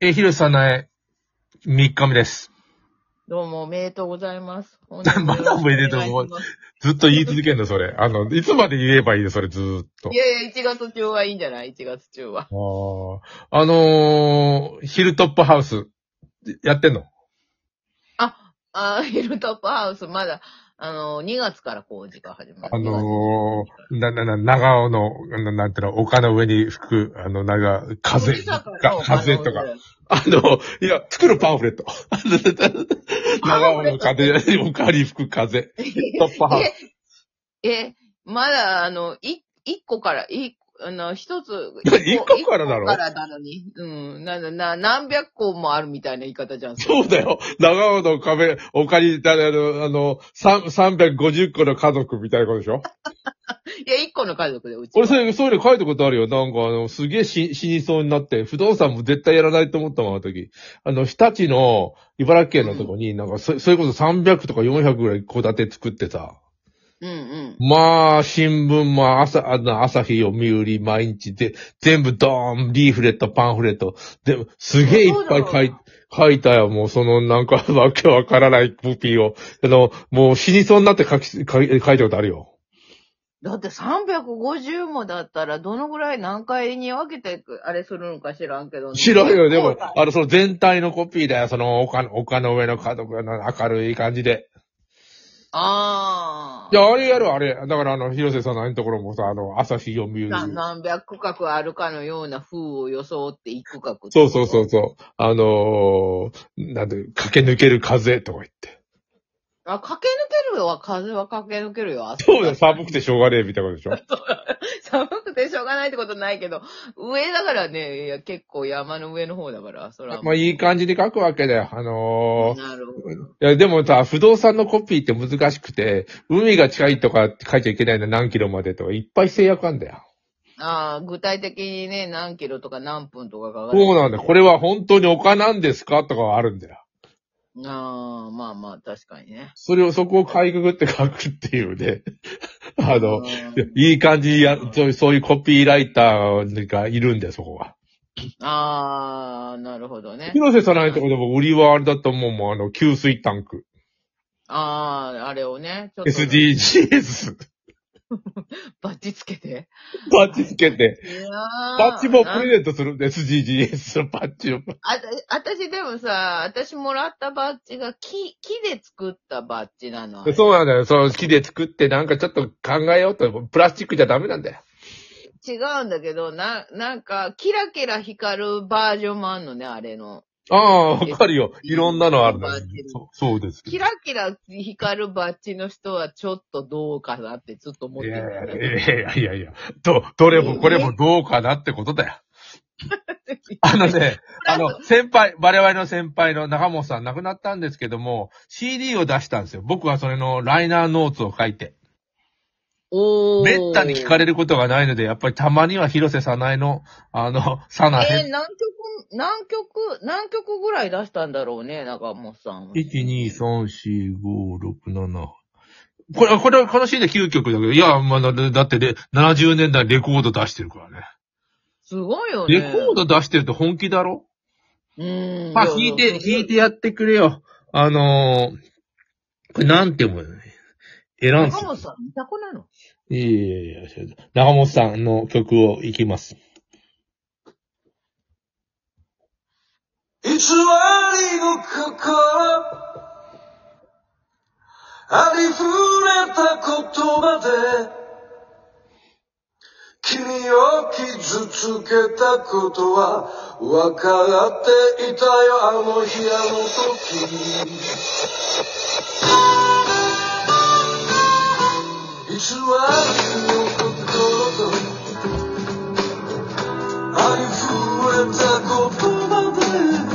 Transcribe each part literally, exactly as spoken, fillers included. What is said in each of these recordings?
え、ひろしさなえ、みっかめです。 どうもおめでとうございます。 まだおめでとうございます。ずっと言い続けるの、それ。あの、いつまで言えばいいの、それ、ずーっと。 いやいや、いちがつ中はいいんじゃない ?いち 月中は。 ああ。あのー、ヒルトップハウス、やってんの？ あ、あ、ヒルトップハウス、まだ、あの、にがつから工事が始まる。 あのー、な、な、な、長尾の、な、なんていうの、丘の上に吹く、あの、なんか、風、が風とか。あの、いや、作るパンフレット。長尾の風、丘に吹く風。トップハウス。 え、え、まだ、あの、い、一個から、い、あの、一つ。 一個からだろ？ 一個からなのに。うん。な、な、何百個もあるみたいな言い方じゃん。 そうだよ。長尾の壁、丘にいた、あの、あの、さんびゃくごじゅっこの家族みたいなことでしょ？ いや、一個の家族で、うち。 俺、そういう、そういうの書いたことあるよ。なんか、あの、すげえ死、死にそうになって、不動産も絶対やらないと思ったもん、あの時。あの、日立の、茨城県のとこに、なんか、そ、それこそさんびゃくとかよんひゃくぐらい戸建て作ってさ。 うんうん。 まあ、新聞も朝、あの、朝日読売毎日で、全部ドーン、リーフレット、パンフレット。でも、すげえいっぱい書い、書いたよ、もう、その、なんか、わけわからないコピーを。あの、もう死にそうになって書き、書い、書いたことあるよ。 だってさんびゃくごじゅうもだったら、どのぐらい何回に分けて、あれするのか知らんけど、ね。 知らんよ、でも、あの、その全体のコピーだよ、その、丘の、丘の上の家族の明るい感じで。 ああ。 いや、あれやる、あれ。だから、あの、広瀬さんのところもさ、あの、朝日読売。 何百区画あるかのような風を装って一区画。 そうそうそうそう。あのー、なんで、駆け抜ける風とか言って。 あ、駆け抜けるよ。風は駆け抜けるよ。 そうだよ、寒くてしょうがねえみたいなことでしょ。 寒くてしょうがないってことないけど、上だからね、いや結構山の上の方だから、それは。 まあいい感じで書くわけだよ。あのー、 なるほど。いや、でもさ、不動産のコピーって難しくて、海が近いとかって書いちゃいけないの何キロまでとか、いっぱい制約あんだよ。 ああ、具体的にね、何キロとか何分とか書かれて。 そうなんだよ。これは本当に丘なんですかとかはあるんだよ。 ああ、まあまあ、確かにね。 それをそこをかいくぐって書くっていうね。あの、いい感じにや、そういうコピーライターがいるんだよ、そこは。 ああ、なるほどね。 広瀬さないとこでも売りはあれだと思うもん、あの、給水タンク。 ああ、あれをね、ちょっと。 エスディージーエス。 バッチつけてバッチつけて。 いやバッチもプレゼントするんで、エスディージーエス のバッチを。 あ、あたしでもさ、私もらったバッジが木、木で作ったバッジなの。 そうなんだよ。そう、木で作ってなんかちょっと考えようと。プラスチックじゃダメなんだよ。 違うんだけど、な、なんか、キラキラ光るバージョンもあんのね、あれの。 ああ、わかるよ。いろんなのあるんだ。そそうです。 キラキラ光るバッジの人はちょっとどうかなってずっと思ってる。 いやいやいやいや、ど、どれもこれもどうかなってことだよ。あのね、あの、先輩、我々の先輩の中本さん亡くなったんですけども、シーディー を出したんですよ。僕はそれのライナーノーツを書いて。 おー。 めったに聞かれることがないので、やっぱりたまには広瀬さないの、あの、さなえー、何曲、何曲、何曲ぐらい出したんだろうね、中本さんは。 いち、に、さん、よん、ご、ろく、なな。これ、これ、このシーンできゅうきょくだけど、いや、まあ、だってで、ななじゅうねんだいレコード出してるからね。 すごいよね。 レコード出してると本気だろ？ うーん。 まあ、弾いて、弾いてやってくれよ。あのー、これなんて読むのね。選んす。 中本さん、見た子なの？ いやいやいや、中本さんの曲をいきます。 偽りの心、ありふれた言葉で君を傷つけたことは分かっていたよ、あの日あの時。偽りの心とありふれた言葉で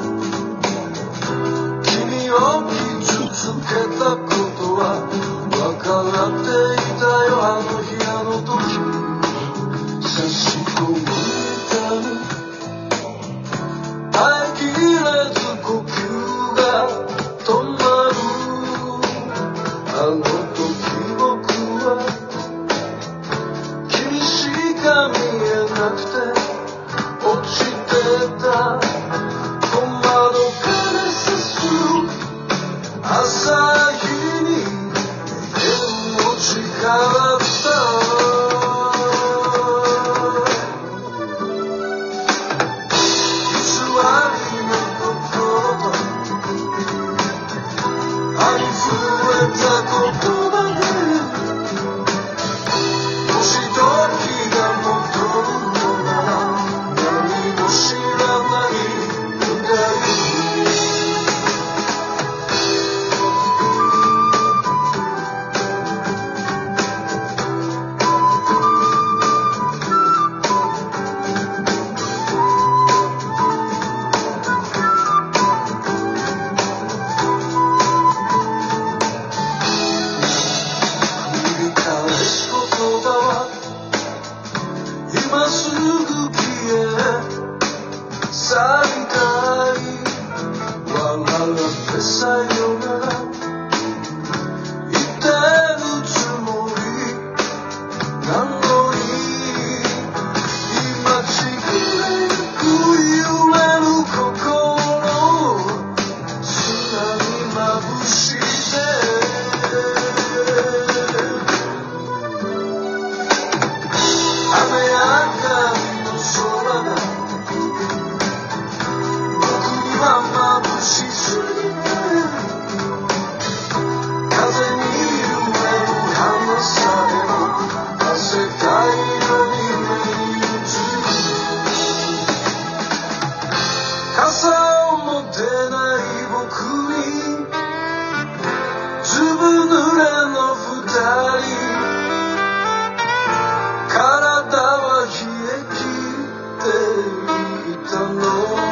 君を傷つけたことは分かっていたよ、あの日あの時。差し込む耐えきれず呼吸が止まる、あの時僕は君しか見えなくて落ちてたでさよなら言ってるつもりなのに今ちぐれゆく夢の心砂にまぶして雨上がりの空が僕には眩しすぎて風に夢を離されば汗たい色に目に映る傘を持てない僕にずぶ濡れの二人体は冷え切っていたの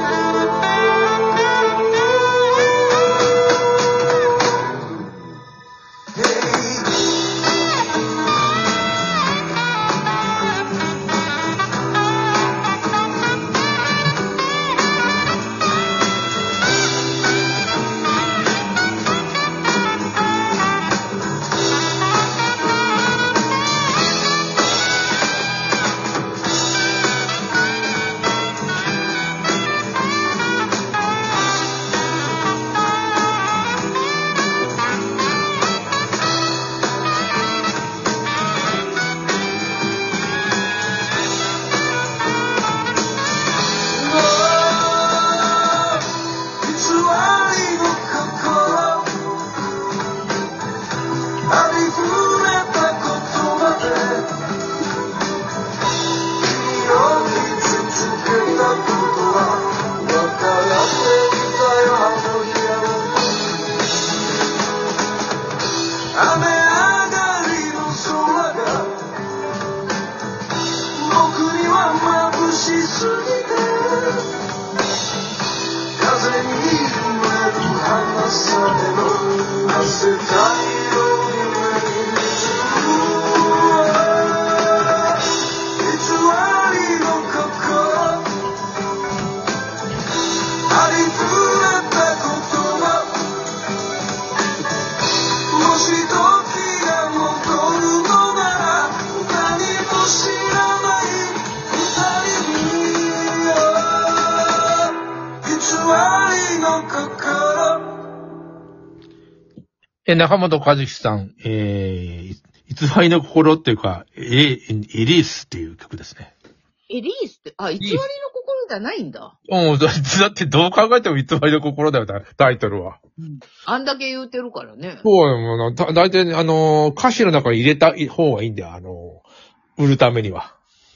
え、中本和樹さん、えー、偽りの心っていうか、え、エリースっていう曲ですね。 エリースって、あ、偽りの心じゃないんだ。 うん、だってどう考えても偽りの心だよ、タイトルは。 うん、あんだけ言うてるからね。 そうよ、だ、だいたいあの、歌詞の中に入れた方がいいんだよ、あの、売るためには。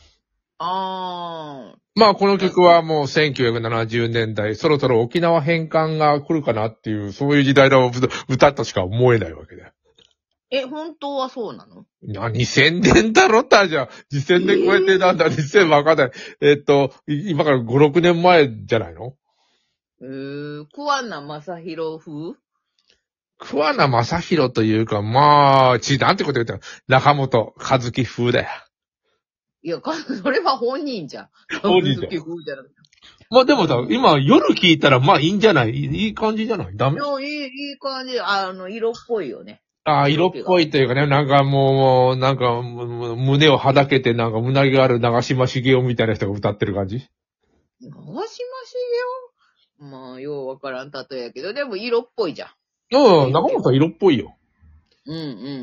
あー。 まあ、この曲はもうせんきゅうひゃくななじゅうねんだい、そろそろ沖縄返還が来るかなっていう、そういう時代の歌としか思えないわけだよ。 え、本当はそうなの？ いや、にせんねんだろったじゃん。にせんねん超えてなんだ、にせんわかんない。えっと、今からご、ろくねんまえじゃないの？ えー、桑名正宏風？ 桑名正宏というか、まあ、ち、なんてこと言ったら、中本和樹風だよ。 いや、それは本人じゃん。 本人じゃん。 和樹風じゃなくて。 まあでもさ、今夜聞いたらまあいいんじゃない？いい感じじゃない？ダメ？ いや、いい、いい感じ。あの、色っぽいよね。 ああ、色っぽいというかね、なんかもう、なんか、胸をはだけて、なんか胸毛がある長嶋茂雄みたいな人が歌ってる感じ？ 長嶋茂雄？まあ、ようわからん例えやけど、でも色っぽいじゃん。 うん、中本さん色っぽいよ。 うんうん。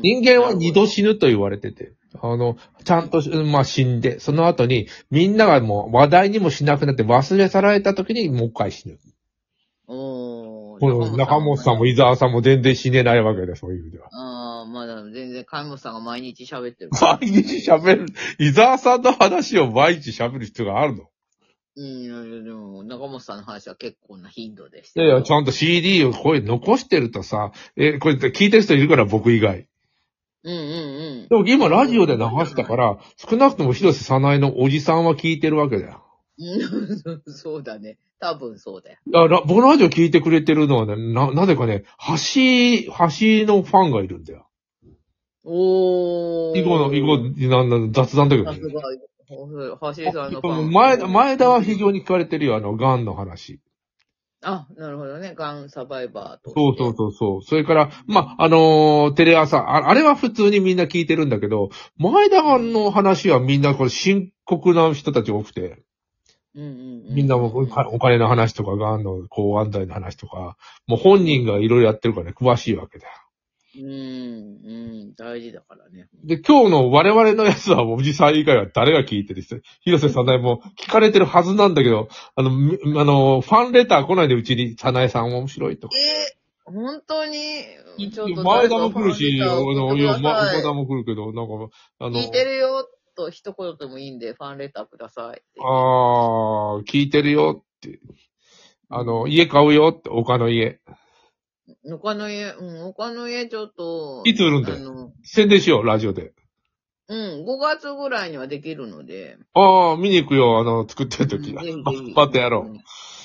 人間は二度死ぬと言われてて、あの、ちゃんと、まあ死んで、その後に、みんながもう話題にもしなくなって忘れ去られた時にもう一回死ぬ。 おー。 この中本さんも伊沢さんも全然死ねないわけだ、そういう意味では。 ああ、まだ全然、貝本さんが毎日喋ってる。 毎日喋る。伊沢さんの話を毎日喋る必要があるの？ うん、でも、中本さんの話は結構な頻度でした。いやいや、ちゃんと シーディー をこれ残してるとさ、え、これ聞いてる人いるから僕以外。 うんうんうん。 でも今ラジオで流したから、少なくとも広瀬さないのおじさんは聞いてるわけだよ。 うん、そうだね。多分そうだよ。 あら、僕のラジオ聞いてくれてるのはね、な、なぜかね、橋、橋のファンがいるんだよ。 おー。 以後の、以後、なんなん雑談だけどね。 橋井さんのファン。 前田、前田は非常に聞かれてるよ、あの、ガンの話。 あ、なるほどね。ガンサバイバーと。 そうそうそうそう。それから、まあ、あのーテレ朝あ、あれは普通にみんな聞いてるんだけど、前田の話はみんなこれ深刻な人たち多くて、 うんうんうん、 みんなもお金お金の話とか、ガンの抗がん剤の話とか、もう本人がいろいろやってるからね、詳しいわけだよ。 うん、うん、大事だからね。 で、今日の我々のやつは、おじさん以外は誰が聞いてるって広瀬さなえも聞かれてるはずなんだけど、あの、みあの、ファンレター来ないでうちに、さなえさん面白いとか。 えー、本当に、ちょっと前田も来るし、あ誰かファンレターの、いや、 送ってください前田も来るけど、なんか、あの、 聞いてるよ、と一言でもいいんで、ファンレターください。 あー、聞いてるよって。あの、家買うよって、他の家。 他の家、うん、他の家ちょっと、 いつ売るんだよ。 あの、 宣伝しよう、ラジオで。 うん、ごがつぐらいにはできるので。 あー、見に行くよ、あの、作ってる時。 うんぜひぜひ。 パッとやろう。